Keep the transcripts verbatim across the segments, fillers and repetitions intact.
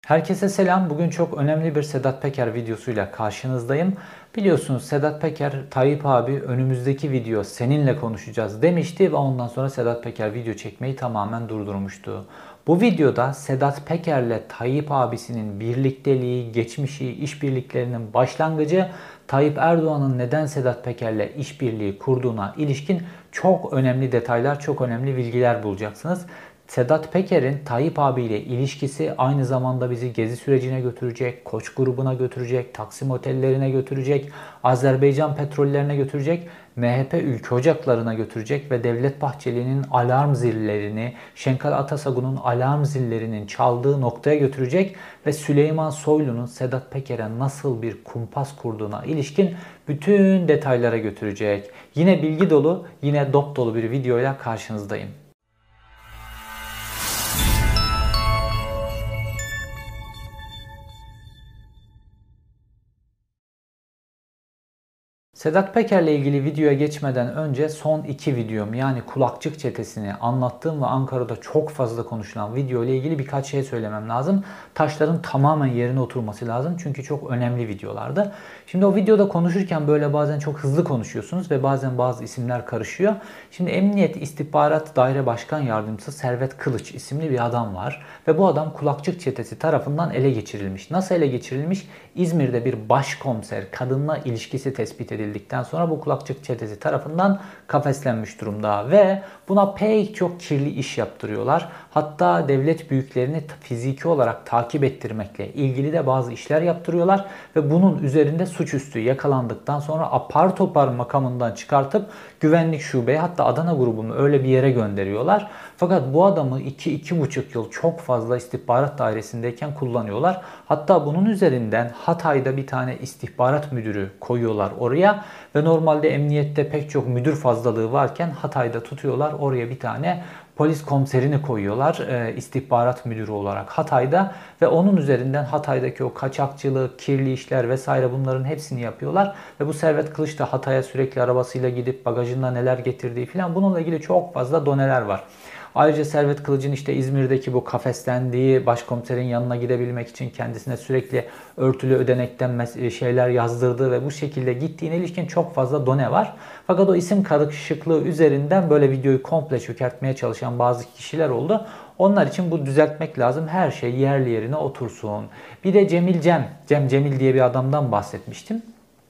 Herkese selam. Bugün çok önemli bir Sedat Peker videosuyla karşınızdayım. Biliyorsunuz Sedat Peker, Tayyip abi önümüzdeki video seninle konuşacağız demişti ve ondan sonra Sedat Peker video çekmeyi tamamen durdurmuştu. Bu videoda Sedat Peker'le Tayyip abisinin birlikteliği, geçmişi, işbirliklerinin başlangıcı, Tayyip Erdoğan'ın neden Sedat Peker'le işbirliği kurduğuna ilişkin çok önemli detaylar, çok önemli bilgiler bulacaksınız. Sedat Peker'in Tayyip abiyle ilişkisi aynı zamanda bizi Gezi sürecine götürecek, Koç grubuna götürecek, Taksim otellerine götürecek, Azerbaycan petrollerine götürecek, M H P ülke ocaklarına götürecek ve Devlet Bahçeli'nin alarm zillerini, Şenkal Atasagun'un alarm zillerinin çaldığı noktaya götürecek ve Süleyman Soylu'nun Sedat Peker'e nasıl bir kumpas kurduğuna ilişkin bütün detaylara götürecek. Yine bilgi dolu, yine dop dolu bir videoyla karşınızdayım. Sedat Peker'le ilgili videoya geçmeden önce son iki videom, yani kulakçık çetesini anlattığım ve Ankara'da çok fazla konuşulan video ile ilgili birkaç şey söylemem lazım. Taşların tamamen yerine oturması lazım çünkü çok önemli videolardı. Şimdi o videoda konuşurken böyle bazen çok hızlı konuşuyorsunuz ve bazen bazı isimler karışıyor. Şimdi Emniyet İstihbarat Daire Başkan Yardımcısı Servet Kılıç isimli bir adam var ve bu adam kulakçık çetesi tarafından ele geçirilmiş. Nasıl ele geçirilmiş? İzmir'de bir başkomiser kadınla ilişkisi tespit edildikten sonra bu kulakçık çetesi tarafından kafeslenmiş durumda ve buna pek çok kirli iş yaptırıyorlar. Hatta devlet büyüklerini fiziki olarak takip ettirmekle ilgili de bazı işler yaptırıyorlar ve bunun üzerinde suçüstü yakalandıktan sonra apar topar makamından çıkartıp güvenlik şubeye, hatta Adana grubunu öyle bir yere gönderiyorlar. Fakat bu adamı iki iki buçuk yıl çok fazla istihbarat dairesindeyken kullanıyorlar. Hatta bunun üzerinden Hatay'da bir tane istihbarat müdürü koyuyorlar oraya ve normalde emniyette pek çok müdür fazlalığı varken Hatay'da tutuyorlar, oraya bir tane polis komiserini koyuyorlar e, istihbarat müdürü olarak Hatay'da ve onun üzerinden Hatay'daki o kaçakçılık, kirli işler vesaire bunların hepsini yapıyorlar ve bu Servet Kılıç da Hatay'a sürekli arabasıyla gidip bagajında neler getirdiği falan, bununla ilgili çok fazla doneler var. Ayrıca Servet Kılıç'ın işte İzmir'deki bu kafeslendiği başkomiserin yanına gidebilmek için kendisine sürekli örtülü ödenekten şeyler yazdırdığı ve bu şekilde gittiğine ilişkin çok fazla done var. Fakat o isim karışıklığı üzerinden böyle videoyu komple çökertmeye çalışan bazı kişiler oldu. Onlar için bu düzeltmek lazım. Her şey yerli yerine otursun. Bir de Cemil Cem, Cem Cemil diye bir adamdan bahsetmiştim.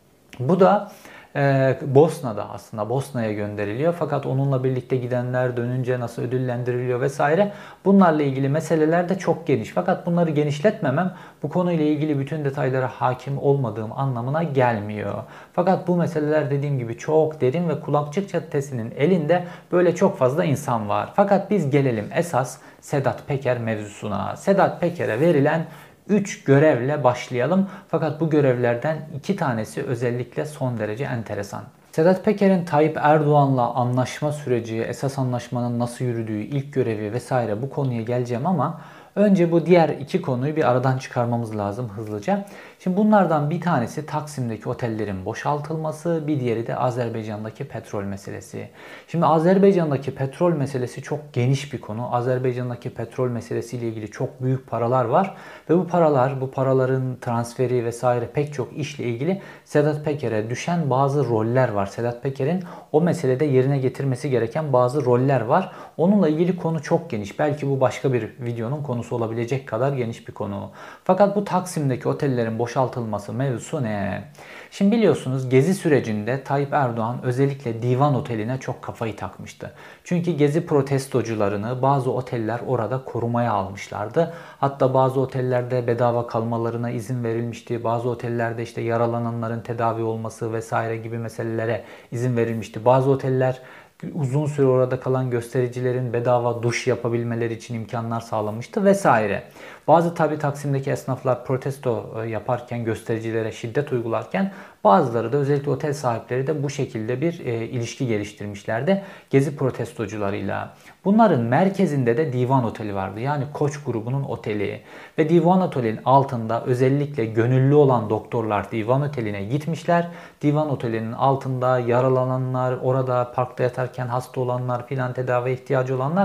Bu da Ee, Bosna'da, aslında Bosna'ya gönderiliyor. Fakat onunla birlikte gidenler dönünce nasıl ödüllendiriliyor vesaire. Bunlarla ilgili meseleler de çok geniş. Fakat bunları genişletmemem bu konuyla ilgili bütün detaylara hakim olmadığım anlamına gelmiyor. Fakat bu meseleler dediğim gibi çok derin ve kulakçık çetesinin elinde böyle çok fazla insan var. Fakat biz gelelim esas Sedat Peker mevzusuna. Sedat Peker'e verilen üç görevle başlayalım. Fakat bu görevlerden iki tanesi özellikle son derece enteresan. Sedat Peker'in Tayyip Erdoğan'la anlaşma süreci, esas anlaşmanın nasıl yürüdüğü, ilk görevi vesaire, bu konuya geleceğim ama önce bu diğer iki konuyu bir aradan çıkarmamız lazım hızlıca. Şimdi bunlardan bir tanesi Taksim'deki otellerin boşaltılması, bir diğeri de Azerbaycan'daki petrol meselesi. Şimdi Azerbaycan'daki petrol meselesi çok geniş bir konu. Azerbaycan'daki petrol meselesiyle ilgili çok büyük paralar var ve bu paralar, bu paraların transferi vesaire pek çok işle ilgili Sedat Peker'e düşen bazı roller var. Sedat Peker'in o meselede yerine getirmesi gereken bazı roller var. Onunla ilgili konu çok geniş. Belki bu başka bir videonun konusu olabilecek kadar geniş bir konu. Fakat bu Taksim'deki otellerin boşaltılması mevzusu ne? Şimdi biliyorsunuz Gezi sürecinde Tayyip Erdoğan özellikle Divan Oteli'ne çok kafayı takmıştı. Çünkü Gezi protestocularını bazı oteller orada korumaya almışlardı. Hatta bazı otellerde bedava kalmalarına izin verilmişti. Bazı otellerde işte yaralananların tedavi olması vesaire gibi meselelere izin verilmişti. Bazı oteller uzun süre orada kalan göstericilerin bedava duş yapabilmeleri için imkanlar sağlamıştı vesaire. Bazı tabi Taksim'deki esnaflar protesto yaparken, göstericilere şiddet uygularken, bazıları da özellikle otel sahipleri de bu şekilde bir e, ilişki geliştirmişlerdi Gezi protestocularıyla. Bunların merkezinde de Divan Oteli vardı. Yani Koç grubunun oteli. Ve Divan Oteli'nin altında özellikle gönüllü olan doktorlar Divan Oteli'ne gitmişler. Divan Oteli'nin altında yaralananlar, orada parkta yatarken hasta olanlar filan, tedavi ihtiyacı olanlar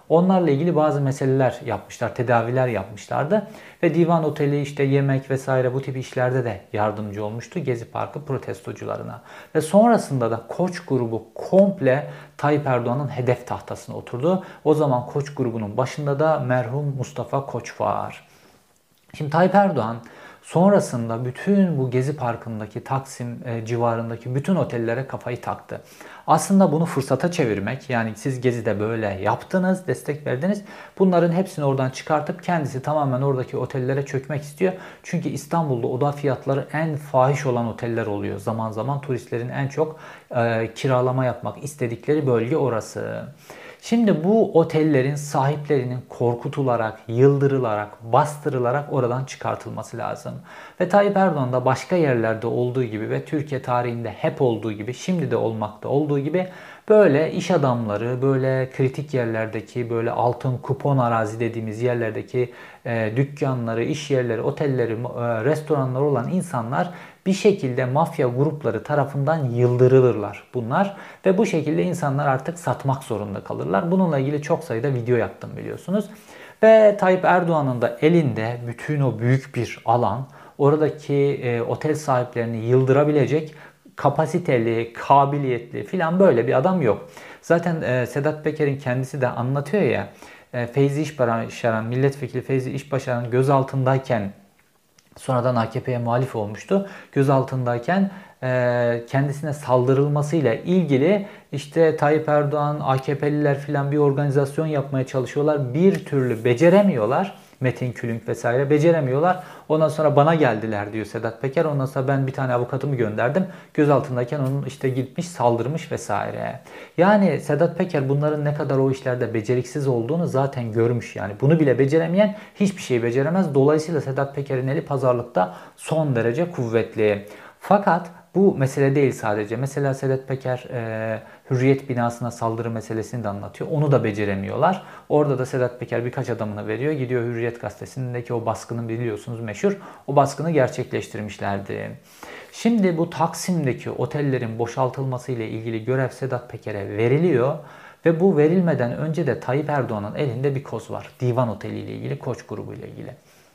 Onlarla ilgili bazı meseleler yapmışlar, tedaviler yapmışlardı. Ve Divan Oteli işte yemek vesaire bu tip işlerde de yardımcı olmuştu Gezi Parkı protestocularına. Ve sonrasında da Koç grubu komple Tayyip Erdoğan'ın hedef tahtasına oturdu. O zaman Koç grubunun başında da merhum Mustafa Koç var. Şimdi Tayyip Erdoğan sonrasında bütün bu Gezi Parkı'ndaki Taksim e, civarındaki bütün otellere kafayı taktı. Aslında bunu fırsata çevirmek, yani siz Gezi'de böyle yaptınız, destek verdiniz. Bunların hepsini oradan çıkartıp kendisi tamamen oradaki otellere çökmek istiyor. Çünkü İstanbul'da oda fiyatları en fahiş olan oteller oluyor. Zaman zaman turistlerin en çok e, kiralama yapmak istedikleri bölge orası. Şimdi bu otellerin sahiplerinin korkutularak, yıldırılarak, bastırılarak oradan çıkartılması lazım. Ve Tayyip Erdoğan da başka yerlerde olduğu gibi ve Türkiye tarihinde hep olduğu gibi, şimdi de olmakta olduğu gibi böyle iş adamları, böyle kritik yerlerdeki, böyle altın kupon arazi dediğimiz yerlerdeki e, dükkanları, iş yerleri, otelleri, e, restoranları olan insanlar bir şekilde mafya grupları tarafından yıldırılırlar bunlar. Ve bu şekilde insanlar artık satmak zorunda kalırlar. Bununla ilgili çok sayıda video yaptım biliyorsunuz. Ve Tayyip Erdoğan'ın da elinde bütün o büyük bir alan, oradaki e, otel sahiplerini yıldırabilecek kapasiteli, kabiliyetli filan böyle bir adam yok. Zaten e, Sedat Peker'in kendisi de anlatıyor ya, e, Feyzi İşbaşaran, milletvekili Feyzi İşbaşaran gözaltındayken, sonradan A K P'ye muhalif olmuştu. Gözaltındayken e, kendisine saldırılmasıyla ilgili işte Tayyip Erdoğan, A K P'liler filan bir organizasyon yapmaya çalışıyorlar. Bir türlü beceremiyorlar. Metin Külünk vesaire beceremiyorlar. Ondan sonra bana geldiler diyor Sedat Peker. Ondan sonra ben bir tane avukatımı gönderdim. Gözaltındayken onun işte gitmiş saldırmış vesaire. Yani Sedat Peker bunların ne kadar o işlerde beceriksiz olduğunu zaten görmüş. Yani bunu bile beceremeyen hiçbir şeyi beceremez. Dolayısıyla Sedat Peker'in eli pazarlıkta son derece kuvvetli. Fakat bu mesele değil sadece. Mesela Sedat Peker e, Hürriyet binasına saldırı meselesini de anlatıyor. Onu da beceremiyorlar. Orada da Sedat Peker birkaç adamını veriyor. Gidiyor Hürriyet gazetesindeki o baskının biliyorsunuz meşhur. O baskını gerçekleştirmişlerdi. Şimdi bu Taksim'deki otellerin boşaltılması ile ilgili görev Sedat Peker'e veriliyor. Ve bu verilmeden önce de Tayyip Erdoğan'ın elinde bir koz var. Divan Oteli ile ilgili, Koç grubu ile ilgili.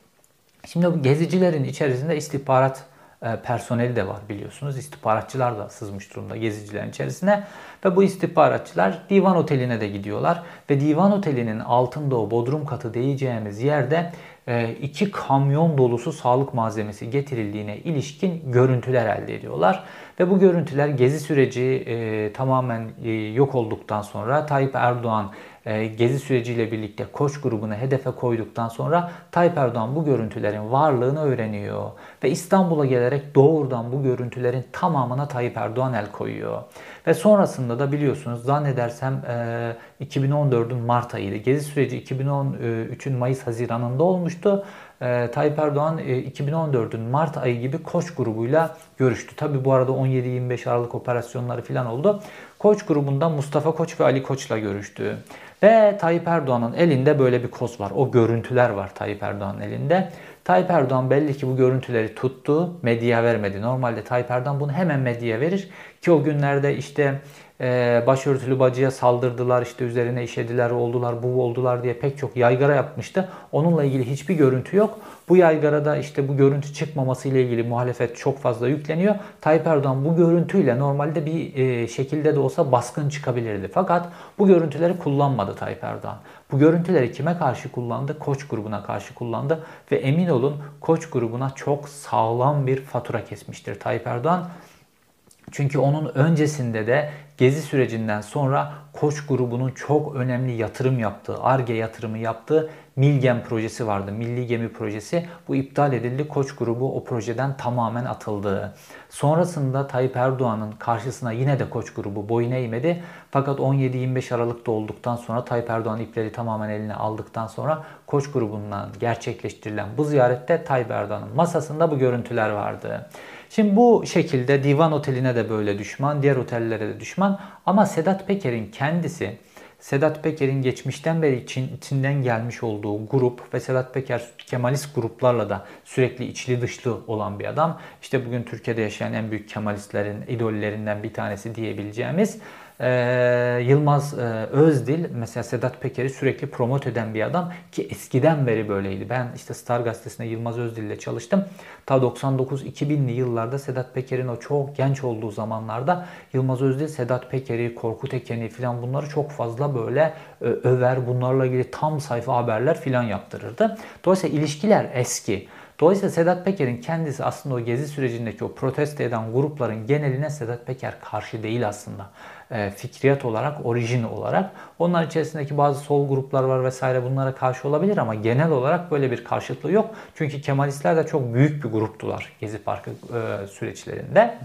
Şimdi bu gezicilerin içerisinde istihbarat personeli de var biliyorsunuz. İstihbaratçılar da sızmış durumda gezicilerin içerisine. Ve bu istihbaratçılar Divan Oteli'ne de gidiyorlar. Ve Divan Oteli'nin altında o bodrum katı diyeceğimiz yerde iki kamyon dolusu sağlık malzemesi getirildiğine ilişkin görüntüler elde ediyorlar. Ve bu görüntüler gezi süreci e, tamamen e, yok olduktan sonra Tayyip Erdoğan e, gezi süreciyle birlikte Koç grubunu hedefe koyduktan sonra Tayyip Erdoğan bu görüntülerin varlığını öğreniyor. Ve İstanbul'a gelerek doğrudan bu görüntülerin tamamına Tayyip Erdoğan el koyuyor. Ve sonrasında da biliyorsunuz zannedersem e, iki bin on dördün Mart ayıydı. Gezi süreci iki bin on üçün Mayıs-Haziran'ında olmuştu. E, Tayyip Erdoğan e, iki bin on dördün Mart ayı gibi Koç grubuyla görüştü. Tabi bu arada on yedi yirmi beş Aralık operasyonları falan oldu. Koç grubundan Mustafa Koç ve Ali Koç'la görüştü. Ve Tayyip Erdoğan'ın elinde böyle bir koz var. O görüntüler var Tayyip Erdoğan'ın elinde. Tayyip Erdoğan belli ki bu görüntüleri tuttu, medyaya vermedi. Normalde Tayyip Erdoğan bunu hemen medyaya verir ki o günlerde işte e, başörtülü bacıya saldırdılar, işte üzerine işediler, oldular, bu oldular diye pek çok yaygara yapmıştı. Onunla ilgili hiçbir görüntü yok. Bu yaygarada işte bu görüntü çıkmaması ile ilgili muhalefet çok fazla yükleniyor. Tayyip Erdoğan bu görüntüyle normalde bir e, şekilde de olsa baskın çıkabilirdi. Fakat bu görüntüleri kullanmadı Tayyip Erdoğan. Bu görüntüleri kime karşı kullandı? Koç grubuna karşı kullandı. Ve emin olun Koç grubuna çok sağlam bir fatura kesmiştir Tayyip Erdoğan. Çünkü onun öncesinde de Gezi sürecinden sonra Koç grubunun çok önemli yatırım yaptığı, Ar-Ge yatırımı yaptığı Milgem projesi vardı. Milli Gemi projesi. Bu iptal edildi. Koç grubu o projeden tamamen atıldı. Sonrasında Tayyip Erdoğan'ın karşısına yine de Koç grubu boyun eğmedi. Fakat on yedi yirmi beş Aralık'ta olduktan sonra Tayyip Erdoğan ipleri tamamen eline aldıktan sonra Koç grubundan gerçekleştirilen bu ziyarette Tayyip Erdoğan'ın masasında bu görüntüler vardı. Şimdi bu şekilde Divan Oteli'ne de böyle düşman, diğer otellere de düşman. Ama Sedat Peker'in kendisi, Sedat Peker'in geçmişten beri için, içinden gelmiş olduğu grup ve Sedat Peker Kemalist gruplarla da sürekli içli dışlı olan bir adam. İşte bugün Türkiye'de yaşayan en büyük Kemalistlerin idollerinden bir tanesi diyebileceğimiz Ee, Yılmaz e, Özdil mesela Sedat Peker'i sürekli promote eden bir adam ki eskiden beri böyleydi. Ben işte Star Gazetesi'nde Yılmaz Özdil ile çalıştım. Ta doksan dokuz iki binli yıllarda Sedat Peker'in o çok genç olduğu zamanlarda Yılmaz Özdil Sedat Peker'i, Korkut Eken'i falan bunları çok fazla böyle e, över. Bunlarla ilgili tam sayfa haberler falan yaptırırdı. Dolayısıyla ilişkiler eski. Dolayısıyla Sedat Peker'in kendisi aslında o gezi sürecindeki o protesto eden grupların geneline Sedat Peker karşı değil aslında. E, fikriyat olarak, orijin olarak. Onlar içerisindeki bazı sol gruplar var vesaire bunlara karşı olabilir ama genel olarak böyle bir karşıtlığı yok. Çünkü Kemalistler de çok büyük bir gruptular Gezi Parkı e, süreçlerinde.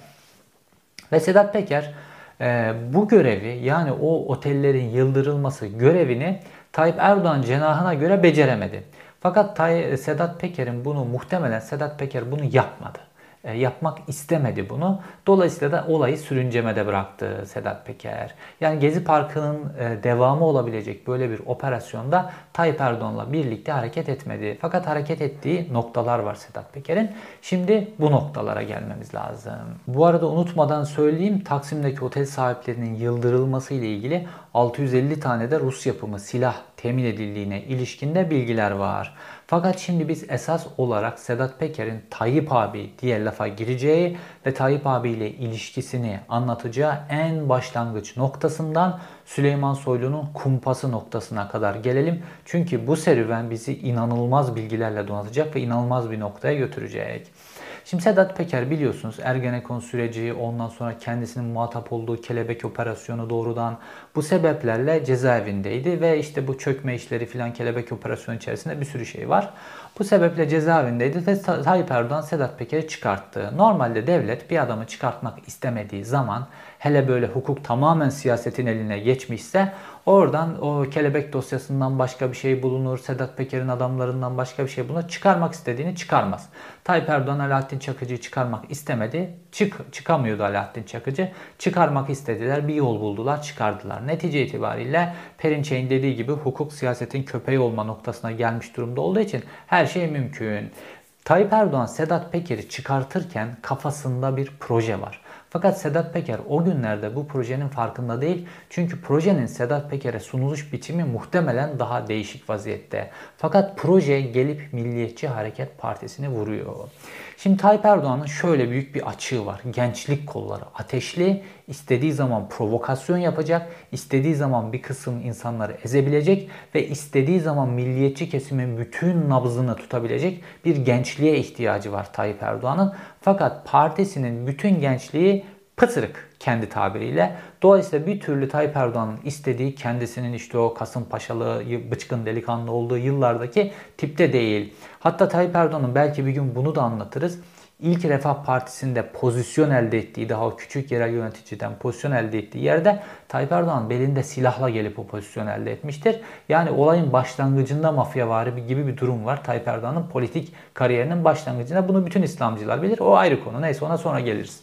Ve Sedat Peker e, bu görevi yani o otellerin yıldırılması görevini Tayyip Erdoğan cenahına göre beceremedi. Fakat Tay Sedat Peker'in bunu muhtemelen Sedat Peker bunu yapmadı. E, yapmak istemedi bunu. Dolayısıyla da olayı sürüncemede bıraktı Sedat Peker. Yani Gezi Parkı'nın e, devamı olabilecek böyle bir operasyonda Tayyip Erdoğan'la birlikte hareket etmedi. Fakat hareket ettiği noktalar var Sedat Peker'in. Şimdi bu noktalara gelmemiz lazım. Bu arada unutmadan söyleyeyim, Taksim'deki otel sahiplerinin yıldırılması ile ilgili altı yüz elli tane de Rus yapımı silah temin edildiğine ilişkinde bilgiler var. Fakat şimdi biz esas olarak Sedat Peker'in Tayyip abi diye lafa gireceği ve Tayyip abiyle ilişkisini anlatacağı en başlangıç noktasından Süleyman Soylu'nun kumpası noktasına kadar gelelim. Çünkü bu serüven bizi inanılmaz bilgilerle donatacak ve inanılmaz bir noktaya götürecek. Şimdi Sedat Peker biliyorsunuz Ergenekon süreci, ondan sonra kendisinin muhatap olduğu kelebek operasyonu doğrudan bu sebeplerle cezaevindeydi ve işte bu çökme işleri filan kelebek operasyonu içerisinde bir sürü şey var. Bu sebeple cezaevindeydi ve Tayyip Erdoğan Sedat Peker'i çıkarttı. Normalde devlet bir adamı çıkartmak istemediği zaman, hele böyle hukuk tamamen siyasetin eline geçmişse, oradan o kelebek dosyasından başka bir şey bulunur, Sedat Peker'in adamlarından başka bir şey bulunur. Çıkarmak istediğini çıkarmaz. Tayyip Erdoğan Alaaddin Çakıcı'yı çıkarmak istemedi. Çık, çıkamıyordu Alaaddin Çakıcı. Çıkarmak istediler, bir yol buldular, çıkardılar. Netice itibariyle Perinçek'in dediği gibi hukuk siyasetin köpeği olma noktasına gelmiş durumda olduğu için her şey mümkün. Tayyip Erdoğan Sedat Peker'i çıkartırken kafasında bir proje var. Fakat Sedat Peker o günlerde bu projenin farkında değil. Çünkü projenin Sedat Peker'e sunuluş biçimi muhtemelen daha değişik vaziyette. Fakat proje gelip Milliyetçi Hareket Partisi'ni vuruyor. Şimdi Tayyip Erdoğan'ın şöyle büyük bir açığı var. Gençlik kolları ateşli, istediği zaman provokasyon yapacak, istediği zaman bir kısım insanları ezebilecek ve istediği zaman milliyetçi kesimin bütün nabzını tutabilecek bir gençliğe ihtiyacı var Tayyip Erdoğan'ın. Fakat partisinin bütün gençliği pıtırık kendi tabiriyle. Dolayısıyla bir türlü Tayyip Erdoğan'ın istediği kendisinin işte o Kasımpaşalı, bıçkın delikanlı olduğu yıllardaki tipte değil. Hatta Tayyip Erdoğan'ın belki bir gün bunu da anlatırız. İlk Refah Partisi'nde pozisyon elde ettiği, daha o küçük yerel yöneticiden pozisyon elde ettiği yerde Tayyip Erdoğan belinde silahla gelip o pozisyon elde etmiştir. Yani olayın başlangıcında mafyavari gibi bir durum var. Tayyip Erdoğan'ın politik kariyerinin başlangıcında. Bunu bütün İslamcılar bilir. O ayrı konu. Neyse ona sonra geliriz.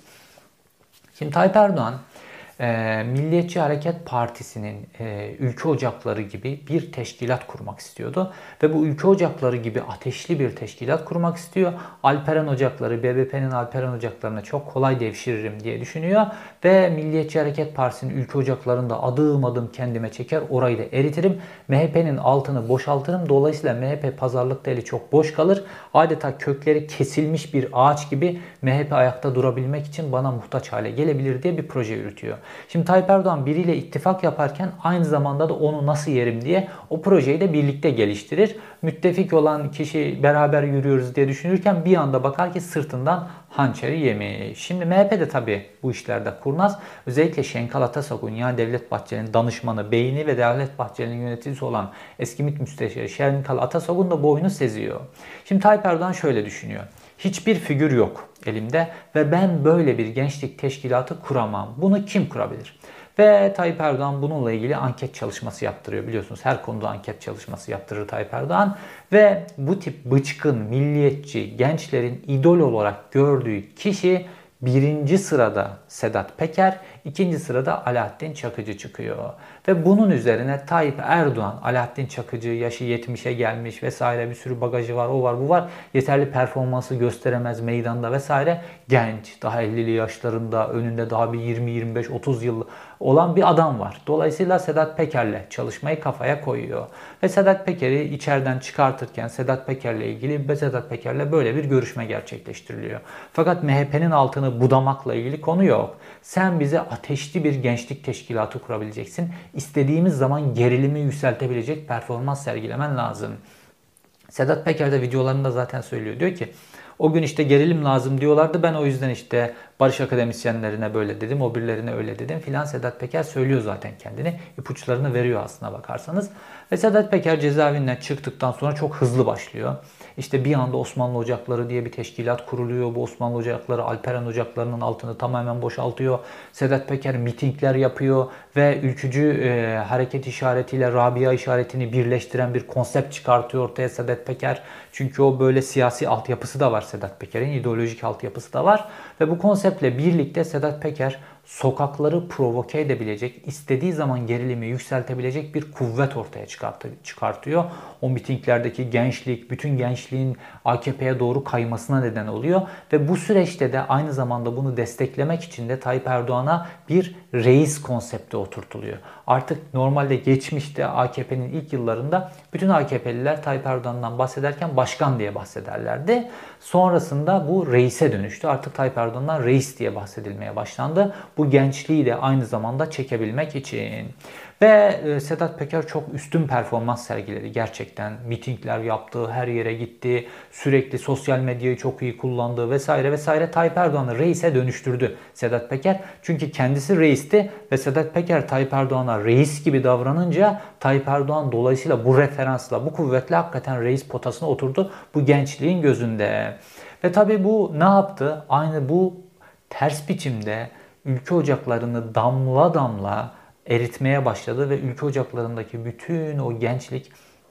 Şimdi Tayyip Erdoğan e, Milliyetçi Hareket Partisi'nin e, ülke ocakları gibi bir teşkilat kurmak istiyordu. Ve bu ülke ocakları gibi ateşli bir teşkilat kurmak istiyor. Alperen Ocakları, B B P'nin Alperen Ocaklarına çok kolay devşiririm diye düşünüyor. Ve Milliyetçi Hareket Partisi'nin ülke ocaklarında adım adım kendime çeker, orayı da eritirim. M H P'nin altını boşaltırım. Dolayısıyla M H P pazarlıkta eli çok boş kalır. Adeta kökleri kesilmiş bir ağaç gibi M H P ayakta durabilmek için bana muhtaç hale gelebilir diye bir proje yürütüyor. Şimdi Tayyip Erdoğan biriyle ittifak yaparken aynı zamanda da onu nasıl yerim diye o projeyi de birlikte geliştirir. Müttefik olan kişi beraber yürüyoruz diye düşünürken bir anda bakar ki sırtından hançeri yemiş. Şimdi M H P de tabii bu işlerde kurnaz. Özellikle Şenkal Atasagun yani Devlet Bahçeli'nin danışmanı, beyni ve Devlet Bahçeli'nin yöneticisi olan eski MİT Müsteşarı Şenkal Atasagun da bu oyunu seziyor. Şimdi Tayyip Erdoğan şöyle düşünüyor. Hiçbir figür yok elimde ve ben böyle bir gençlik teşkilatı kuramam. Bunu kim kurabilir? Ve Tayyip Erdoğan bununla ilgili anket çalışması yaptırıyor. Biliyorsunuz her konuda anket çalışması yaptırır Tayyip Erdoğan. Ve bu tip bıçkın, milliyetçi, gençlerin idol olarak gördüğü kişi birinci sırada Sedat Peker, İkinci sırada Alaaddin Çakıcı çıkıyor. Ve bunun üzerine Tayyip Erdoğan, Alaaddin Çakıcı yaşı yetmişe gelmiş vesaire, bir sürü bagajı var, o var bu var. Yeterli performansı gösteremez meydanda vesaire. Genç, daha ellili yaşlarında, önünde daha bir yirmi yirmi beş otuz yıl olan bir adam var. Dolayısıyla Sedat Peker'le çalışmayı kafaya koyuyor. Ve Sedat Peker'i içeriden çıkartırken Sedat Peker'le ilgili ve Sedat Peker'le böyle bir görüşme gerçekleştiriliyor. Fakat M H P'nin altını budamakla ilgili konu yok. Sen bize ateşli bir gençlik teşkilatı kurabileceksin. İstediğimiz zaman gerilimi yükseltebilecek performans sergilemen lazım. Sedat Peker de videolarında zaten söylüyor. Diyor ki o gün işte gerilim lazım diyorlardı. Ben o yüzden işte barış akademisyenlerine böyle dedim, o birilerine öyle dedim filan. Sedat Peker söylüyor zaten kendini. İpuçlarını veriyor aslına bakarsanız. Ve Sedat Peker cezaevinden çıktıktan sonra çok hızlı başlıyor. İşte bir anda Osmanlı Ocakları diye bir teşkilat kuruluyor. Bu Osmanlı Ocakları Alperen Ocakları'nın altını tamamen boşaltıyor. Sedat Peker mitingler yapıyor ve ülkücü e, hareket işaretiyle Rabia işaretini birleştiren bir konsept çıkartıyor ortaya Sedat Peker. Çünkü o böyle siyasi altyapısı da var Sedat Peker'in, ideolojik altyapısı da var. Ve bu konseptle birlikte Sedat Peker sokakları provoke edebilecek, istediği zaman gerilimi yükseltebilecek bir kuvvet ortaya çıkartıyor. O mitinglerdeki gençlik, bütün gençliğin A K P'ye doğru kaymasına neden oluyor. Ve bu süreçte de aynı zamanda bunu desteklemek için de Tayyip Erdoğan'a bir reis konsepti oturtuluyor. Artık normalde geçmişte A K P'nin ilk yıllarında bütün A K P'liler Tayyip Erdoğan'dan bahsederken başkan diye bahsederlerdi. Sonrasında bu reise dönüştü. Artık Tayyip Erdoğan'dan reis diye bahsedilmeye başlandı. Bu gençliği de aynı zamanda çekebilmek için. Ve Sedat Peker çok üstün performans sergiledi gerçekten. Mitingler yaptı, her yere gitti, sürekli sosyal medyayı çok iyi kullandı vesaire vesaire. Tayyip Erdoğan'ı reise dönüştürdü Sedat Peker. Çünkü kendisi reisti ve Sedat Peker Tayyip Erdoğan'a reis gibi davranınca Tayyip Erdoğan dolayısıyla bu referansla, bu kuvvetle hakikaten reis potasına oturdu bu gençliğin gözünde. Ve tabii bu ne yaptı? Aynı bu ters biçimde ülke ocaklarını damla damla eritmeye başladı ve ülke ocaklarındaki bütün o gençlik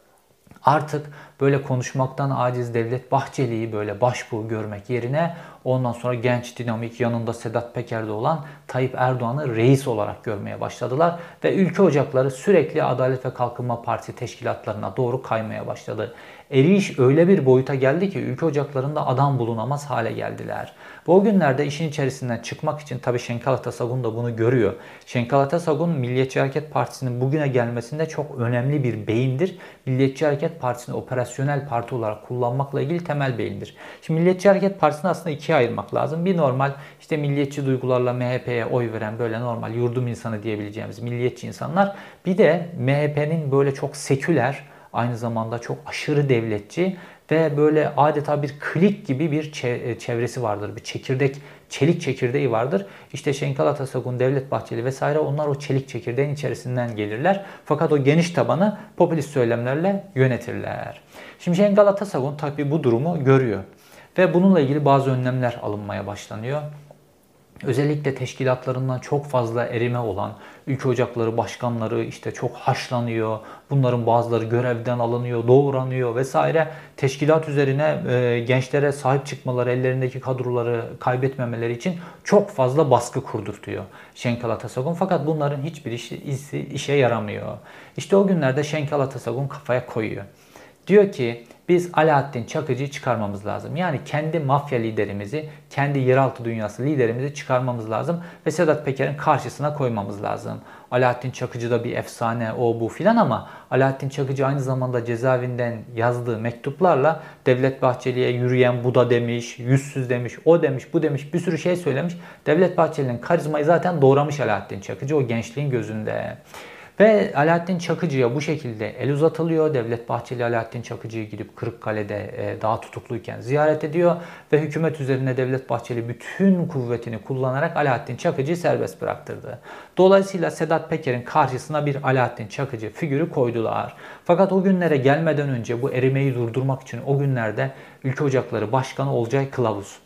artık böyle konuşmaktan aciz Devlet Bahçeli'yi böyle başbuğ görmek yerine ondan sonra genç, dinamik, yanında Sedat Peker'de olan Tayyip Erdoğan'ı reis olarak görmeye başladılar. Ve ülke ocakları sürekli Adalet ve Kalkınma Partisi teşkilatlarına doğru kaymaya başladı. Eriş öyle bir boyuta geldi ki ülke ocaklarında adam bulunamaz hale geldiler. Ve o günlerde işin içerisinden çıkmak için tabii Şenkal Atasagun da bunu görüyor. Şenkal Atasagun Milliyetçi Hareket Partisi'nin bugüne gelmesinde çok önemli bir beyindir. Milliyetçi Hareket Partisi'ni operasyonel parti olarak kullanmakla ilgili temel beyindir. Şimdi Milliyetçi Hareket Partisi'ni aslında ikiye ayırmak lazım. Bir normal işte milliyetçi duygularla M H P'ye oy veren böyle normal yurdum insanı diyebileceğimiz milliyetçi insanlar. Bir de M H P'nin böyle çok seküler, aynı zamanda çok aşırı devletçi ve böyle adeta bir klik gibi bir çevresi vardır. Bir çekirdek, çelik çekirdeği vardır. İşte Şenkal Atasagun, Devlet Bahçeli vesaire onlar o çelik çekirdeğin içerisinden gelirler. Fakat o geniş tabanı popülist söylemlerle yönetirler. Şimdi Şenkal Atasagun tabii bu durumu görüyor. Ve bununla ilgili bazı önlemler alınmaya başlanıyor. Özellikle teşkilatlarından çok fazla erime olan ülke ocakları başkanları işte çok haşlanıyor. Bunların bazıları görevden alınıyor, doğranıyor vesaire. Teşkilat üzerine e, gençlere sahip çıkmaları, ellerindeki kadroları kaybetmemeleri için çok fazla baskı kurdurtuyor Şenkal Atasagun. Fakat bunların hiçbir işi, işi işe yaramıyor. İşte o günlerde Şenkal Atasagun kafaya koyuyor. Diyor ki biz Alaaddin Çakıcı'yı çıkarmamız lazım. Yani kendi mafya liderimizi, kendi yeraltı dünyası liderimizi çıkarmamız lazım ve Sedat Peker'in karşısına koymamız lazım. Alaaddin Çakıcı da bir efsane, o bu filan ama Alaaddin Çakıcı aynı zamanda cezaevinden yazdığı mektuplarla Devlet Bahçeli'ye yürüyen Buda demiş, yüzsüz demiş, o demiş, bu demiş, bir sürü şey söylemiş. Devlet Bahçeli'nin karizmayı zaten doğramış Alaaddin Çakıcı o gençliğin gözünde. Ve Alaaddin Çakıcı'ya bu şekilde el uzatılıyor. Devlet Bahçeli Alaaddin Çakıcı'yı gidip Kırıkkale'de daha tutukluyken ziyaret ediyor. Ve hükümet üzerine Devlet Bahçeli bütün kuvvetini kullanarak Alaaddin Çakıcı'yı serbest bıraktırdı. Dolayısıyla Sedat Peker'in karşısına bir Alaaddin Çakıcı figürü koydular. Fakat o günlere gelmeden önce bu erimeyi durdurmak için o günlerde Ülke Ocakları Başkanı Olcay Kılavuz.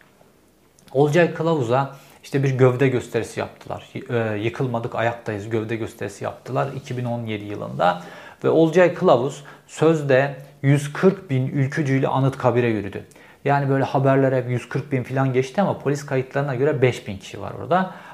Olcay Kılavuz'a İşte bir gövde gösterisi yaptılar. Yıkılmadık ayaktayız gövde gösterisi yaptılar iki bin on yedi yılında. Ve Olcay Kılavuz sözde yüz kırk bin ülkücüyle Anıtkabir'e yürüdü. Yani böyle haberler hep yüz kırk bin falan geçti ama polis kayıtlarına göre beş bin kişi var orada.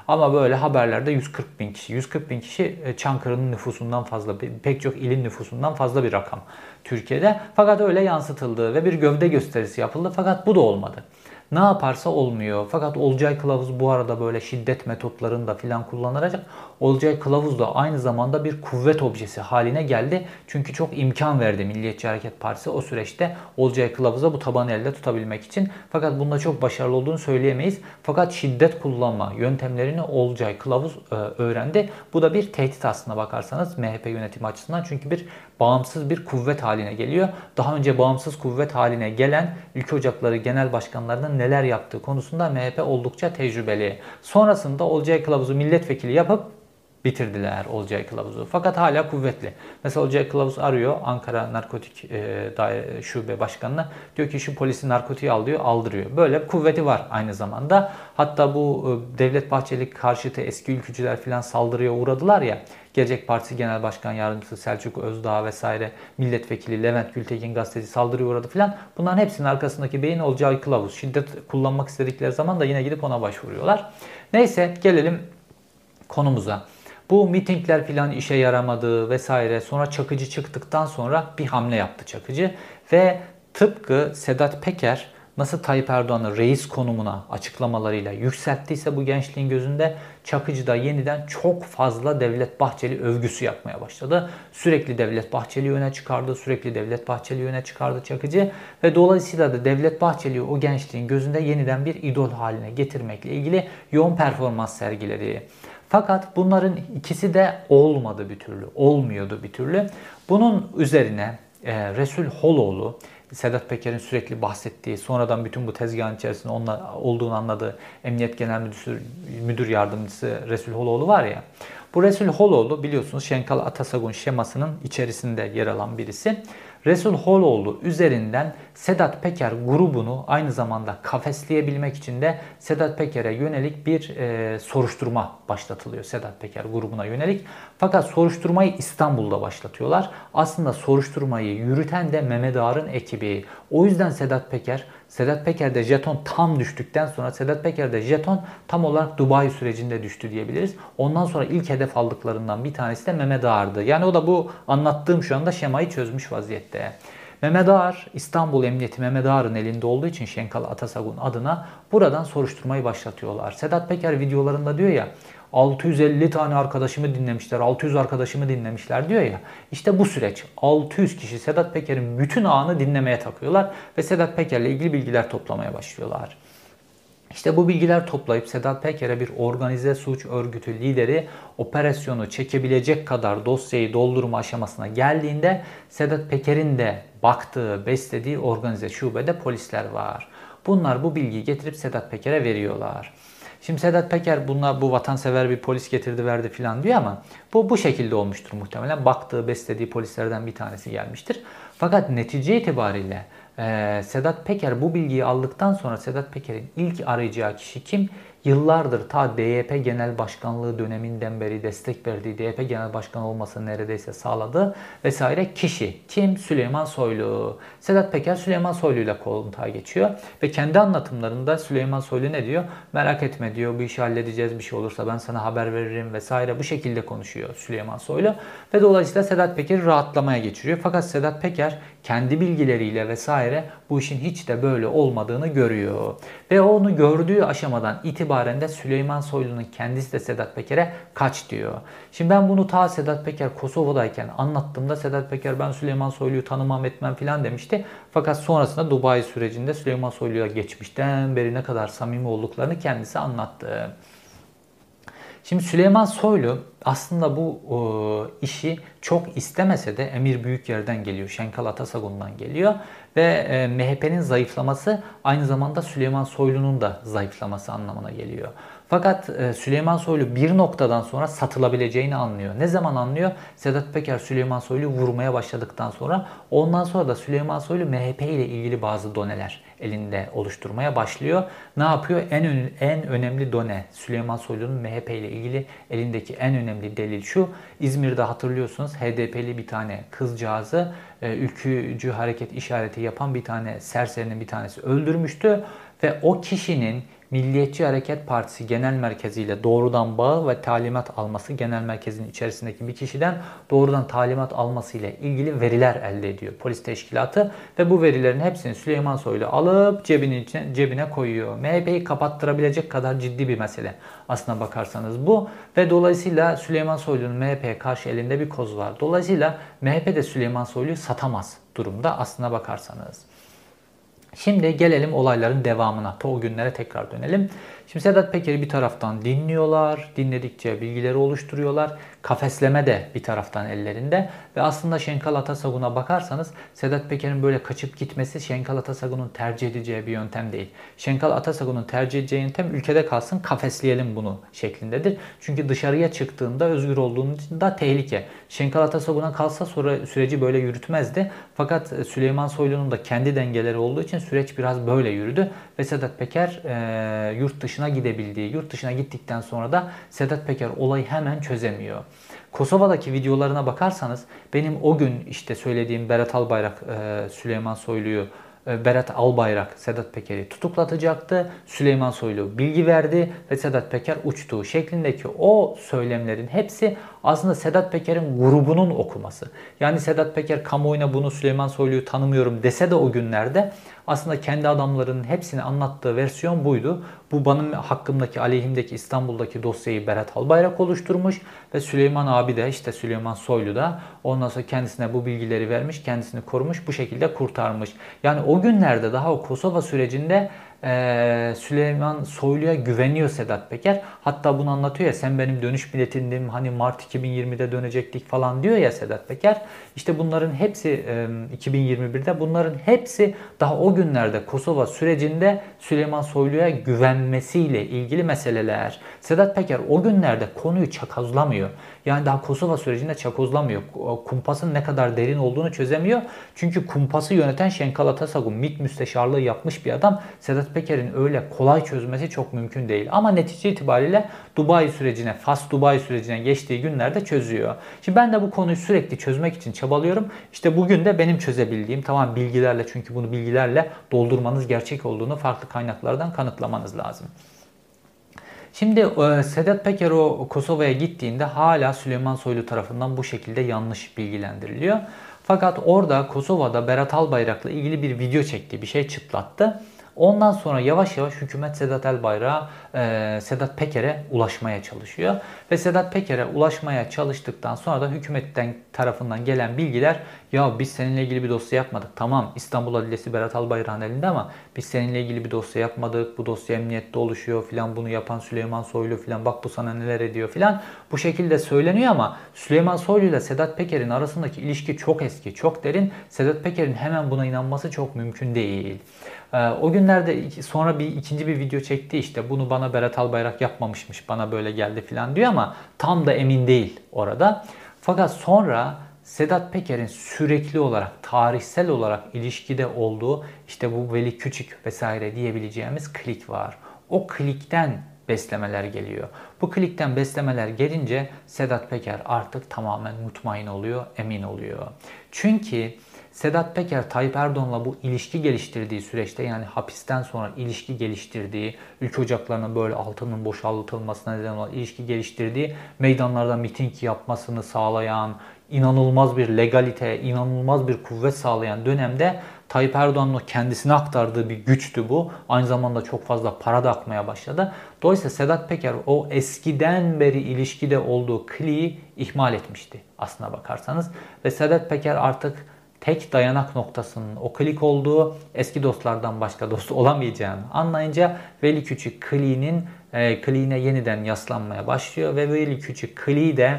Ama böyle haberlerde yüz kırk bin kişi. yüz kırk bin kişi Çankırı'nın nüfusundan fazla, pek çok ilin nüfusundan fazla bir rakam Türkiye'de. Fakat öyle yansıtıldı ve bir gövde gösterisi yapıldı. Fakat bu da olmadı. Ne yaparsa olmuyor. Fakat Olcay Kılavuz bu arada böyle şiddet metotlarını da filan kullanarak Olcay Kılavuz da aynı zamanda bir kuvvet objesi haline geldi. Çünkü çok imkan verdi Milliyetçi Hareket Partisi o süreçte Olcay Kılavuz'a bu tabanı elde tutabilmek için. Fakat bunda çok başarılı olduğunu söyleyemeyiz. Fakat şiddet kullanma yöntemlerini Olcay Kılavuz e, öğrendi. Bu da bir tehdit aslına bakarsanız M H P yönetimi açısından. Çünkü bir bağımsız bir kuvvet haline geliyor. Daha önce bağımsız kuvvet haline gelen ülke ocakları genel başkanlarının neler yaptığı konusunda M H P oldukça tecrübeli. Sonrasında Olcay Kılavuz'u milletvekili yapıp bitirdiler Olcay Kılavuz'u. Fakat hala kuvvetli. Mesela Olcay Kılavuz arıyor Ankara Narkotik e, Daire Şube Başkanı'na. Diyor ki şu polisi narkotiği al diyor, aldırıyor. Böyle bir kuvveti var aynı zamanda. Hatta bu e, Devlet Bahçeli karşıtı eski ülkücüler filan saldırıya uğradılar ya. Gelecek Partisi Genel Başkan Yardımcısı Selçuk Özdağ vesaire milletvekili Levent Gültekin gazeteci saldırıya uğradı filan. Bunların hepsinin arkasındaki beyin Olcay Kılavuz. Şiddet kullanmak istedikleri zaman da yine gidip ona başvuruyorlar. Neyse gelelim konumuza. Bu mitingler filan işe yaramadı vesaire. Sonra Çakıcı çıktıktan sonra bir hamle yaptı Çakıcı. Ve tıpkı Sedat Peker nasıl Tayyip Erdoğan'ı reis konumuna açıklamalarıyla yükselttiyse bu gençliğin gözünde, Çakıcı da yeniden çok fazla Devlet Bahçeli övgüsü yapmaya başladı. Sürekli Devlet Bahçeli'yi öne çıkardı, sürekli Devlet Bahçeli'yi öne çıkardı Çakıcı. Ve dolayısıyla da Devlet Bahçeli'yi o gençliğin gözünde yeniden bir idol haline getirmekle ilgili yoğun performans sergiledi. Fakat bunların ikisi de olmadı bir türlü, olmuyordu bir türlü. Bunun üzerine e, Resul Holoğlu, Sedat Peker'in sürekli bahsettiği, sonradan bütün bu tezgahın içerisinde onunla olduğunu anladığı Emniyet Genel Müdür, Müdür Yardımcısı Resul Holoğlu var ya. Bu Resul Holoğlu biliyorsunuz Şenkal Atasagun şemasının içerisinde yer alan birisi. Resul Holoğlu üzerinden Sedat Peker grubunu aynı zamanda kafesleyebilmek için de Sedat Peker'e yönelik bir e, soruşturma başlatılıyor. Sedat Peker grubuna yönelik. Fakat soruşturmayı İstanbul'da başlatıyorlar. Aslında soruşturmayı yürüten de Mehmet Ağar'ın ekibi. O yüzden Sedat Peker, Sedat Peker'de jeton tam düştükten sonra Sedat Peker'de jeton tam olarak Dubai sürecinde düştü diyebiliriz. Ondan sonra ilk hedef aldıklarından bir tanesi de Mehmet Ağar'dı. Yani o da bu anlattığım şu anda şemayı çözmüş vaziyette. Mehmet Ağar, İstanbul Emniyeti Mehmet Ağar'ın elinde olduğu için Şenkal Atasagun adına buradan soruşturmayı başlatıyorlar. Sedat Peker videolarında diyor ya, altı yüz elli tane arkadaşımı dinlemişler, altı yüz arkadaşımı dinlemişler diyor ya. İşte bu süreç. altı yüz kişi Sedat Peker'in bütün ağını dinlemeye takıyorlar ve Sedat Peker'le ilgili bilgiler toplamaya başlıyorlar. İşte bu bilgiler toplayıp Sedat Peker'e bir organize suç örgütü lideri operasyonu çekebilecek kadar dosyayı doldurma aşamasına geldiğinde Sedat Peker'in de baktığı, beslediği organize şubede polisler var. Bunlar bu bilgiyi getirip Sedat Peker'e veriyorlar. Şimdi Sedat Peker bunlar bu vatansever bir polis getirdi verdi filan diyor ama bu bu şekilde olmuştur muhtemelen. Baktığı, beslediği polislerden bir tanesi gelmiştir. Fakat netice itibariyle e, Sedat Peker bu bilgiyi aldıktan sonra Sedat Peker'in ilk arayacağı kişi kim? Yıllardır ta D Y P Genel Başkanlığı döneminden beri destek verdiği, D Y P Genel Başkanı olmasını neredeyse sağladığı vesaire kişi. Kim? Süleyman Soylu. Sedat Peker Süleyman Soylu ile kontağa geçiyor ve kendi anlatımlarında Süleyman Soylu ne diyor? Merak etme diyor, bu işi halledeceğiz, bir şey olursa ben sana haber veririm vesaire, bu şekilde konuşuyor Süleyman Soylu ve dolayısıyla Sedat Peker'i rahatlamaya geçiriyor. Fakat Sedat Peker kendi bilgileriyle vesaire bu işin hiç de böyle olmadığını görüyor. Ve onu gördüğü aşamadan itibaren de Süleyman Soylu'nun kendisi de Sedat Peker'e kaç diyor. Şimdi ben bunu ta Sedat Peker Kosova'dayken anlattığımda Sedat Peker ben Süleyman Soylu'yu tanımam etmem filan demişti. Fakat sonrasında Dubai sürecinde Süleyman Soylu'ya geçmişten beri ne kadar samimi olduklarını kendisi anlattı. Şimdi Süleyman Soylu aslında bu e, işi çok istemese de Emir Büyükyer'den geliyor, Şenkal Atasagun'dan geliyor ve e, M H P'nin zayıflaması aynı zamanda Süleyman Soylu'nun da zayıflaması anlamına geliyor. Fakat e, Süleyman Soylu bir noktadan sonra satılabileceğini anlıyor. Ne zaman anlıyor? Sedat Peker Süleyman Soylu'yu vurmaya başladıktan sonra, ondan sonra da Süleyman Soylu M H P ile ilgili bazı doneler elinde oluşturmaya başlıyor. Ne yapıyor? En ön, en önemli done Süleyman Soylu'nun M H P ile ilgili elindeki en önemli delil şu. İzmir'de hatırlıyorsunuz H D P'li bir tane kızcağızı e, ülkücü hareket işareti yapan bir tane serserinin bir tanesi öldürmüştü ve o kişinin Milliyetçi Hareket Partisi Genel Merkezi ile doğrudan bağı ve talimat alması, genel merkezin içerisindeki bir kişiden doğrudan talimat alması ile ilgili veriler elde ediyor polis teşkilatı ve bu verilerin hepsini Süleyman Soylu alıp cebinin içine, cebine koyuyor. M H P'yi kapattırabilecek kadar ciddi bir mesele aslına bakarsanız bu ve dolayısıyla Süleyman Soylu'nun M H P'ye karşı elinde bir koz var. Dolayısıyla M H P de Süleyman Soylu'yu satamaz durumda aslına bakarsanız. Şimdi gelelim olayların devamına. O günlere tekrar dönelim. Şimdi Sedat Peker'i bir taraftan dinliyorlar. Dinledikçe bilgileri oluşturuyorlar. Kafesleme de bir taraftan ellerinde. Ve aslında Şenkal Atasagun'a bakarsanız Sedat Peker'in böyle kaçıp gitmesi Şenkal Atasagun'un tercih edeceği bir yöntem değil. Şenkal Atasagun'un tercih edeceği yöntem ülkede kalsın, kafesleyelim bunu şeklindedir. Çünkü dışarıya çıktığında özgür olduğunda tehlike. Şenkal Atasagun'a kalsa sonra süreci böyle yürütmezdi. Fakat Süleyman Soylu'nun da kendi dengeleri olduğu için süreç biraz böyle yürüdü. Ve Sedat Peker e, yurt dışına gidebildiği, yurt dışına gittikten sonra da Sedat Peker olayı hemen çözemiyor. Kosova'daki videolarına bakarsanız benim o gün işte söylediğim Berat Albayrak, e, Süleyman Soylu'yu, e, Berat Albayrak Sedat Peker'i tutuklatacaktı. Süleyman Soylu bilgi verdi ve Sedat Peker uçtu şeklindeki o söylemlerin hepsi aslında Sedat Peker'in grubunun okuması. Yani Sedat Peker kamuoyuna bunu Süleyman Soylu'yu tanımıyorum dese de o günlerde aslında kendi adamlarının hepsini anlattığı versiyon buydu. Bu benim hakkımdaki, aleyhimdeki İstanbul'daki dosyayı Berat Albayrak oluşturmuş ve Süleyman abi de işte Süleyman Soylu da ondan sonra kendisine bu bilgileri vermiş, kendisini korumuş, bu şekilde kurtarmış. Yani o günlerde daha o Kosova sürecinde Ee, Süleyman Soylu'ya güveniyor Sedat Peker. Hatta bunu anlatıyor ya, sen benim dönüş biletindim, hani Mart iki bin yirmide dönecektik falan diyor ya Sedat Peker. İşte bunların hepsi e, iki bin yirmi birde bunların hepsi daha o günlerde Kosova sürecinde Süleyman Soylu'ya güvenmesiyle ilgili meseleler. Sedat Peker o günlerde konuyu çakozlamıyor. Yani daha Kosova sürecinde çakozlamıyor. Kumpasın ne kadar derin olduğunu çözemiyor. Çünkü kumpası yöneten Şenkal Atasagun, MİT müsteşarlığı yapmış bir adam. Sedat Peker'in öyle kolay çözmesi çok mümkün değil. Ama netice itibariyle Dubai sürecine, Fas Dubai sürecine geçtiği günlerde çözüyor. Şimdi ben de bu konuyu sürekli çözmek için çabalıyorum. İşte bugün de benim çözebildiğim, tamam bilgilerle, çünkü bunu bilgilerle doldurmanız gerçek olduğunu farklı kaynaklardan kanıtlamanız lazım. Şimdi Sedat Peker o Kosova'ya gittiğinde hala Süleyman Soylu tarafından bu şekilde yanlış bilgilendiriliyor. Fakat orada Kosova'da Berat Albayrak'la ilgili bir video çekti, bir şey çıtlattı. Ondan sonra yavaş yavaş hükümet Sedat Albayrak'a, e, Sedat Peker'e ulaşmaya çalışıyor. Ve Sedat Peker'e ulaşmaya çalıştıktan sonra da hükümetten tarafından gelen bilgiler, ya biz seninle ilgili bir dosya yapmadık. Tamam, İstanbul Adliyesi Berat Albayrak'ın elinde ama biz seninle ilgili bir dosya yapmadık. Bu dosya emniyette oluşuyor filan, bunu yapan Süleyman Soylu filan, bak bu sana neler ediyor filan. Bu şekilde söyleniyor ama Süleyman Soylu ile Sedat Peker'in arasındaki ilişki çok eski, çok derin. Sedat Peker'in hemen buna inanması çok mümkün değil. O günlerde sonra bir ikinci bir video çekti, işte bunu bana Berat Albayrak yapmamışmış, bana böyle geldi filan diyor ama tam da emin değil orada. Fakat sonra Sedat Peker'in sürekli olarak, tarihsel olarak ilişkide olduğu işte bu Veli Küçük vesaire diyebileceğimiz klik var. O klikten beslemeler geliyor. Bu klikten beslemeler gelince Sedat Peker artık tamamen mutmain oluyor, emin oluyor. Çünkü Sedat Peker Tayyip Erdoğan'la bu ilişki geliştirdiği süreçte, yani hapisten sonra ilişki geliştirdiği, ülke ocaklarının böyle altının boşaltılmasına neden olan ilişki geliştirdiği, meydanlarda miting yapmasını sağlayan, inanılmaz bir legalite, inanılmaz bir kuvvet sağlayan dönemde Tayyip Erdoğan'ın o kendisine aktardığı bir güçtü bu. Aynı zamanda çok fazla para da akmaya başladı. Dolayısıyla Sedat Peker o eskiden beri ilişkide olduğu kliği ihmal etmişti aslına bakarsanız. Ve Sedat Peker artık tek dayanak noktasının o klik olduğu, eski dostlardan başka dost olamayacağını anlayınca Veli Küçük kliğinin e, kliğine yeniden yaslanmaya başlıyor ve Veli Küçük kliği de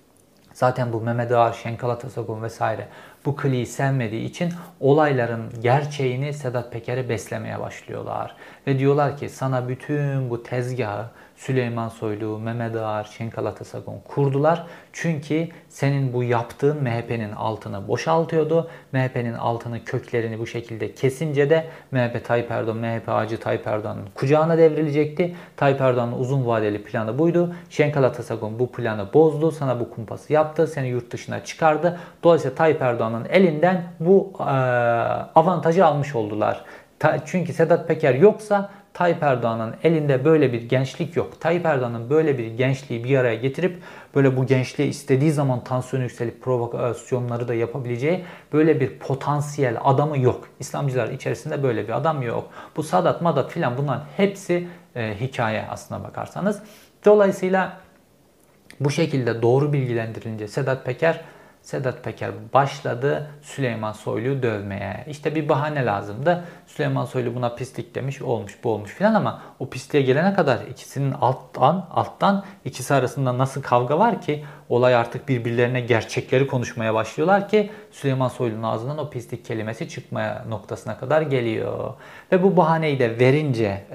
zaten bu Mehmet Ağar, Şenkal Atasagun vesaire bu kliği sevmediği için olayların gerçeğini Sedat Peker'e beslemeye başlıyorlar. Ve diyorlar ki sana bütün bu tezgahı Süleyman Soylu, Mehmet Ağar, Şenkal Atasagun kurdular. Çünkü senin bu yaptığın M H P'nin altını boşaltıyordu. M H P'nin altını, köklerini bu şekilde kesince de M H P Tayyip Erdoğan, M H P ağacı Tayyip Erdoğan'ın kucağına devrilecekti. Tayyip Erdoğan'ın uzun vadeli planı buydu. Şenkal Atasagun bu planı bozdu. Sana bu kumpası yaptı. Seni yurt dışına çıkardı. Dolayısıyla Tayyip Erdoğan'ın elinden bu e, avantajı almış oldular. Ta, çünkü Sedat Peker yoksa Tayyip Erdoğan'ın elinde böyle bir gençlik yok. Tayyip Erdoğan'ın böyle bir gençliği bir araya getirip böyle bu gençliği istediği zaman tansiyonu yükselip provokasyonları da yapabileceği böyle bir potansiyel adamı yok. İslamcılar içerisinde böyle bir adam yok. Bu Sadat, Madat filan bunların hepsi e, hikaye aslına bakarsanız. Dolayısıyla bu şekilde doğru bilgilendirilince Sedat Peker Sedat Peker başladı Süleyman Soylu'yu dövmeye. İşte bir bahane lazımdı. Süleyman Soylu buna pislik demiş, olmuş bu olmuş filan ama o pisliğe gelene kadar ikisinin alttan alttan ikisi arasında nasıl kavga var ki olay artık birbirlerine gerçekleri konuşmaya başlıyorlar ki Süleyman Soylu'nun ağzından o pislik kelimesi çıkmaya noktasına kadar geliyor. Ve bu bahaneyi de verince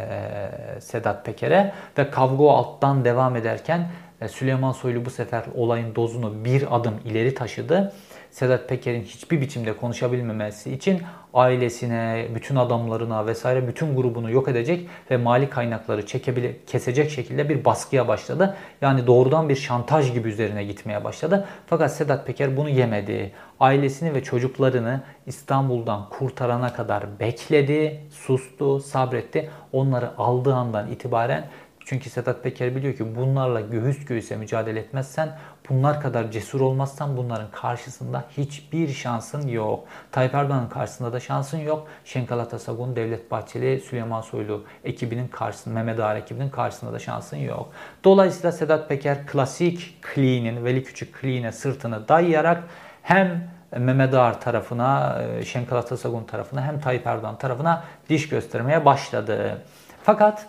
ee, Sedat Peker'e ve kavga o alttan devam ederken Süleyman Soylu bu sefer olayın dozunu bir adım ileri taşıdı. Sedat Peker'in hiçbir biçimde konuşabilmemesi için ailesine, bütün adamlarına vesaire bütün grubunu yok edecek ve mali kaynakları çekebile, kesecek şekilde bir baskıya başladı. Yani doğrudan bir şantaj gibi üzerine gitmeye başladı. Fakat Sedat Peker bunu yemedi. Ailesini ve çocuklarını İstanbul'dan kurtarana kadar bekledi, sustu, sabretti. Onları aldığı andan itibaren, çünkü Sedat Peker biliyor ki bunlarla göğüs göğüse mücadele etmezsen, bunlar kadar cesur olmazsan bunların karşısında hiçbir şansın yok. Tayyip Erdoğan'ın karşısında da şansın yok. Şenkal Atasagun, Devlet Bahçeli, Süleyman Soylu ekibinin karşısında, Mehmet Ağar ekibinin karşısında da şansın yok. Dolayısıyla Sedat Peker klasik kliğinin, Veli Küçük kliğine sırtını dayayarak hem Mehmet Ağar tarafına, Şenkal Atasagun tarafına hem Tayyip Erdoğan tarafına diş göstermeye başladı. Fakat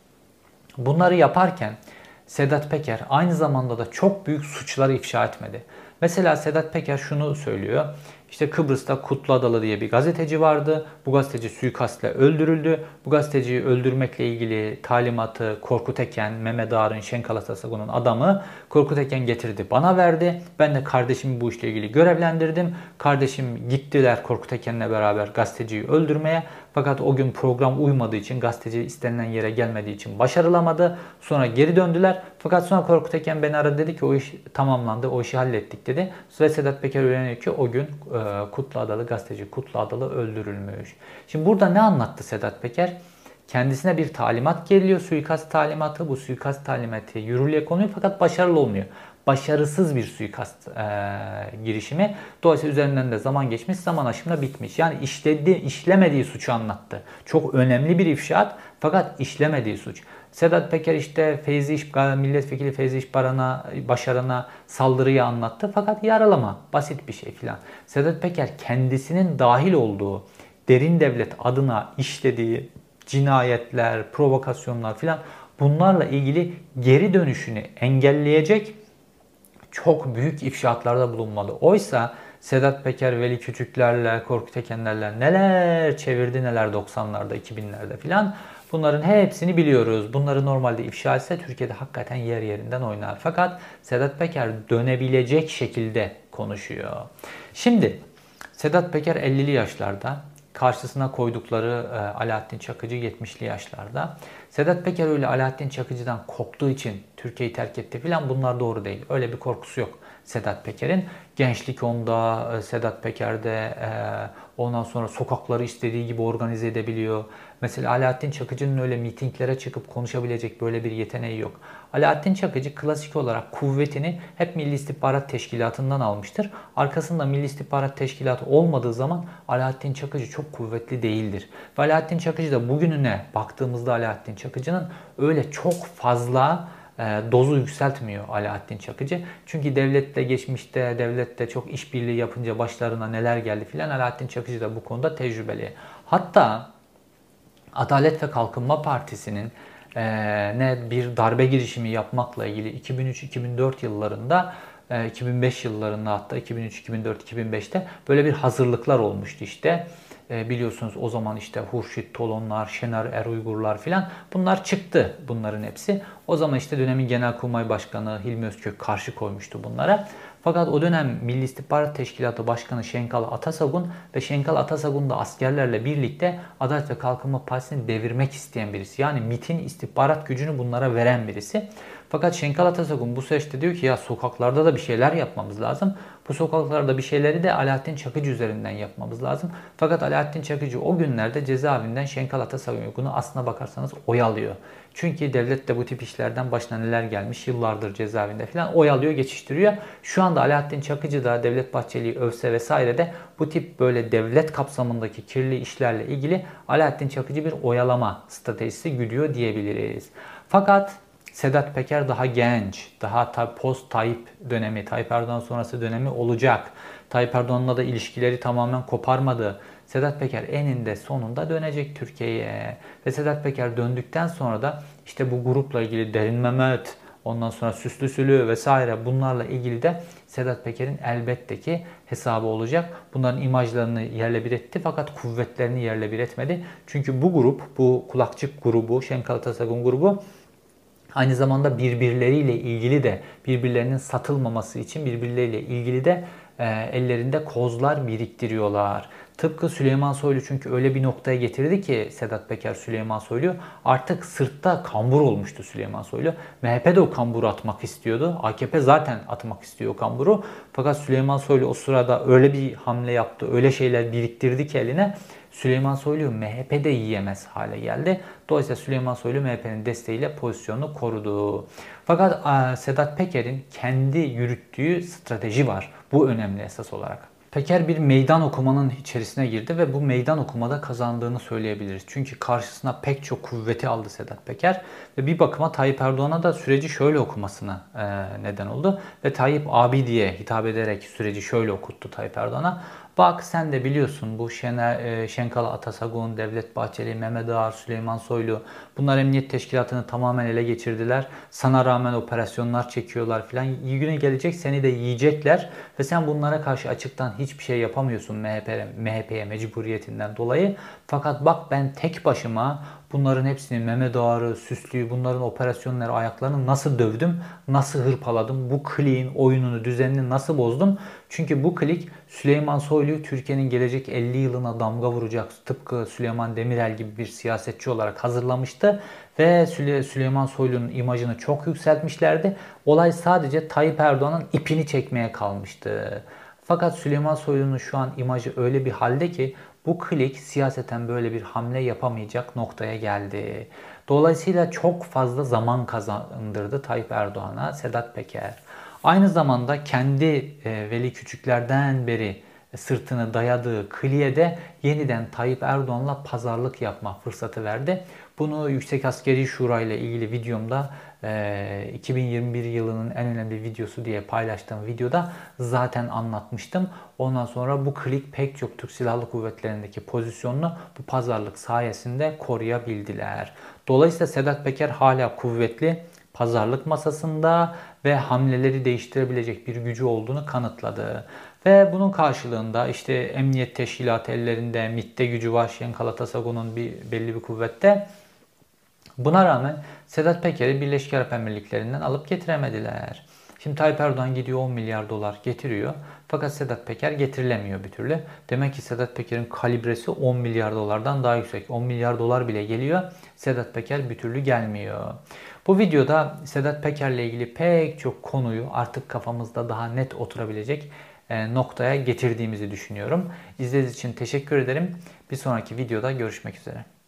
bunları yaparken Sedat Peker aynı zamanda da çok büyük suçları ifşa etmedi. Mesela Sedat Peker şunu söylüyor. İşte Kıbrıs'ta Kutlu Adalı diye bir gazeteci vardı. Bu gazeteci suikastle öldürüldü. Bu gazeteciyi öldürmekle ilgili talimatı Korkut Eken, Mehmet Ağar'ın, Şenkal Atasagun'un adamı Korkut Eken getirdi, bana verdi. Ben de kardeşimi bu işle ilgili görevlendirdim. Kardeşim gittiler Korkut Eken'le beraber gazeteciyi öldürmeye. Fakat o gün program uymadığı için, gazeteci istenilen yere gelmediği için başarılamadı. Sonra geri döndüler. Fakat sonra Korkut Eken beni aradı, dedi ki o iş tamamlandı, o işi hallettik dedi. Ve Sedat Peker öğreniyor ki o gün e, Kutlu Adalı, gazeteci Kutlu Adalı öldürülmüş. Şimdi burada ne anlattı Sedat Peker? Kendisine bir talimat geliyor, suikast talimatı. Bu suikast talimatı yürürlüğe konuyor fakat başarılı olmuyor. Başarısız bir suikast e, girişimi. Dolayısıyla üzerinden de zaman geçmiş, zaman aşımına bitmiş. Yani işledi, işlemediği suçu anlattı. Çok önemli bir ifşaat fakat işlemediği suç. Sedat Peker işte Feyzi İş, milletvekili Feyzi İşbaran'a, Başaran'a saldırıyı anlattı fakat yaralama, basit bir şey filan. Sedat Peker kendisinin dahil olduğu, derin devlet adına işlediği cinayetler, provokasyonlar filan, bunlarla ilgili geri dönüşünü engelleyecek çok büyük ifşaatlarda bulunmalı. Oysa Sedat Peker, Veli Küçüklerle, Korkut Ekenlerle neler çevirdi, neler doksanlarda, iki binlerde filan. Bunların hepsini biliyoruz. Bunları normalde ifşa etse Türkiye'de hakikaten yer yerinden oynar. Fakat Sedat Peker dönebilecek şekilde konuşuyor. Şimdi Sedat Peker ellili yaşlarda. Karşısına koydukları e, Alaaddin Çakıcı yetmişli yaşlarda. Sedat Peker öyle Alaaddin Çakıcı'dan korktuğu için Türkiye'yi terk etti filan, bunlar doğru değil. Öyle bir korkusu yok Sedat Peker'in. Gençlik onda, Sedat Peker'de e, ondan sonra sokakları istediği gibi organize edebiliyor. Mesela Alaaddin Çakıcı'nın öyle mitinglere çıkıp konuşabilecek böyle bir yeteneği yok. Alaaddin Çakıcı klasik olarak kuvvetini hep Milli İstihbarat Teşkilatı'ndan almıştır. Arkasında Milli İstihbarat Teşkilatı olmadığı zaman Alaaddin Çakıcı çok kuvvetli değildir. Ve Alaaddin Çakıcı da bugününe baktığımızda Alaaddin Çakıcı'nın öyle çok fazla e, dozu yükseltmiyor Alaaddin Çakıcı. Çünkü devlette geçmişte, devlette çok işbirliği yapınca başlarına neler geldi filan, Alaaddin Çakıcı da bu konuda tecrübeli. Hatta Adalet ve Kalkınma Partisi'nin e, ne bir darbe girişimi yapmakla ilgili iki bin üç iki bin dört yıllarında, e, iki bin beş yıllarında, hatta iki bin üç iki bin dört iki bin beşte böyle bir hazırlıklar olmuştu işte. E, biliyorsunuz o zaman işte Hurşit Tolonlar, Şener Eruygurlar filan, bunlar çıktı, bunların hepsi. O zaman işte dönemin Genelkurmay Başkanı Hilmi Özkök karşı koymuştu bunlara. Fakat o dönem Milli İstihbarat Teşkilatı Başkanı Şenkal Atasagun ve Şenkal Atasagun da askerlerle birlikte Adalet ve Kalkınma Partisi'ni devirmek isteyen birisi. Yani MİT'in istihbarat gücünü bunlara veren birisi. Fakat Şenkal Atasagun bu süreçte diyor ki ya sokaklarda da bir şeyler yapmamız lazım. Bu sokaklarda bir şeyleri de Alaaddin Çakıcı üzerinden yapmamız lazım. Fakat Alaaddin Çakıcı o günlerde cezaevinden Şenkal Atasagun'u aslına bakarsanız oyalıyor. Çünkü devlet de bu tip işlerden başına neler gelmiş yıllardır cezaevinde falan oyalıyor, geçiştiriyor. Şu anda Alaaddin Çakıcı da Devlet Bahçeli'yi övse vesaire de bu tip böyle devlet kapsamındaki kirli işlerle ilgili Alaaddin Çakıcı bir oyalama stratejisi güdüyor diyebiliriz. Fakat Sedat Peker daha genç, daha post Tayyip dönemi, Tayyip Erdoğan sonrası dönemi olacak. Tayyip Erdoğan'la da ilişkileri tamamen koparmadı. Sedat Peker eninde sonunda dönecek Türkiye'ye. Ve Sedat Peker döndükten sonra da işte bu grupla ilgili Derin Mehmet, ondan sonra Süslü Sülü vesaire bunlarla ilgili de Sedat Peker'in elbette ki hesabı olacak. Bunların imajlarını yerle bir etti fakat kuvvetlerini yerle bir etmedi. Çünkü bu grup, bu kulakçık grubu, Şenkal Atasagun grubu aynı zamanda birbirleriyle ilgili de birbirlerinin satılmaması için birbirleriyle ilgili de e, ellerinde kozlar biriktiriyorlar. Tıpkı Süleyman Soylu çünkü öyle bir noktaya getirdi ki Sedat Peker Süleyman Soylu artık sırtta kambur olmuştu Süleyman Soylu. M H P de o kamburu atmak istiyordu. A K P zaten atmak istiyor o kamburu. Fakat Süleyman Soylu o sırada öyle bir hamle yaptı, öyle şeyler biriktirdi ki eline. Süleyman Soylu M H P'de yiyemez hale geldi. Dolayısıyla Süleyman Soylu M H P'nin desteğiyle pozisyonunu korudu. Fakat Sedat Peker'in kendi yürüttüğü strateji var. Bu önemli esas olarak. Peker bir meydan okumanın içerisine girdi ve bu meydan okumada kazandığını söyleyebiliriz. Çünkü karşısına pek çok kuvveti aldı Sedat Peker ve bir bakıma Tayyip Erdoğan'a da süreci şöyle okumasına neden oldu. Ve Tayyip abi diye hitap ederek süreci şöyle okuttu Tayyip Erdoğan'a. Bak sen de biliyorsun bu Şener, Şenkal Atasagun, Devlet Bahçeli, Mehmet Ağar, Süleyman Soylu bunlar emniyet teşkilatını tamamen ele geçirdiler. Sana rağmen operasyonlar çekiyorlar filan. İyi güne gelecek seni de yiyecekler ve sen bunlara karşı açıktan hiçbir şey yapamıyorsun M H P, M H P'ye mecburiyetinden dolayı. Fakat bak ben tek başıma bunların hepsini Mehmet Ağar'ı, Süslü'yü, bunların operasyonları, ayaklarını nasıl dövdüm, nasıl hırpaladım, bu kliğin oyununu, düzenini nasıl bozdum? Çünkü bu klik Süleyman Soylu'yu Türkiye'nin gelecek elli yılına damga vuracak tıpkı Süleyman Demirel gibi bir siyasetçi olarak hazırlamıştı. Ve Süleyman Soylu'nun imajını çok yükseltmişlerdi. Olay sadece Tayyip Erdoğan'ın ipini çekmeye kalmıştı. Fakat Süleyman Soylu'nun şu an imajı öyle bir halde ki bu klik siyaseten böyle bir hamle yapamayacak noktaya geldi. Dolayısıyla çok fazla zaman kazandırdı Tayyip Erdoğan'a Sedat Peker. Aynı zamanda kendi e, Veli Küçükler'den beri sırtını dayadığı kliğe de yeniden Tayyip Erdoğan'la pazarlık yapma fırsatı verdi. Bunu Yüksek Askeri Şura ile ilgili videomda e, iki bin yirmi bir yılının en önemli videosu diye paylaştığım videoda zaten anlatmıştım. Ondan sonra bu klik pek çok Türk Silahlı Kuvvetleri'ndeki pozisyonunu bu pazarlık sayesinde koruyabildiler. Dolayısıyla Sedat Peker hala kuvvetli, pazarlık masasında ve hamleleri değiştirebilecek bir gücü olduğunu kanıtladı. Ve bunun karşılığında işte emniyet teşkilatı ellerinde, MİT'te gücü var, Şenkal Atasagun'un bir belli bir kuvvette. Buna rağmen Sedat Peker'i Birleşik Arap Emirlikleri'nden alıp getiremediler. Şimdi Tayyip Erdoğan gidiyor on milyar dolar getiriyor. Fakat Sedat Peker getirilemiyor bir türlü. Demek ki Sedat Peker'in kalibresi on milyar dolardan daha yüksek. on milyar dolar bile geliyor. Sedat Peker bir türlü gelmiyor. Bu videoda Sedat Peker'le ilgili pek çok konuyu artık kafamızda daha net oturabilecek noktaya getirdiğimizi düşünüyorum. İzlediğiniz için teşekkür ederim. Bir sonraki videoda görüşmek üzere.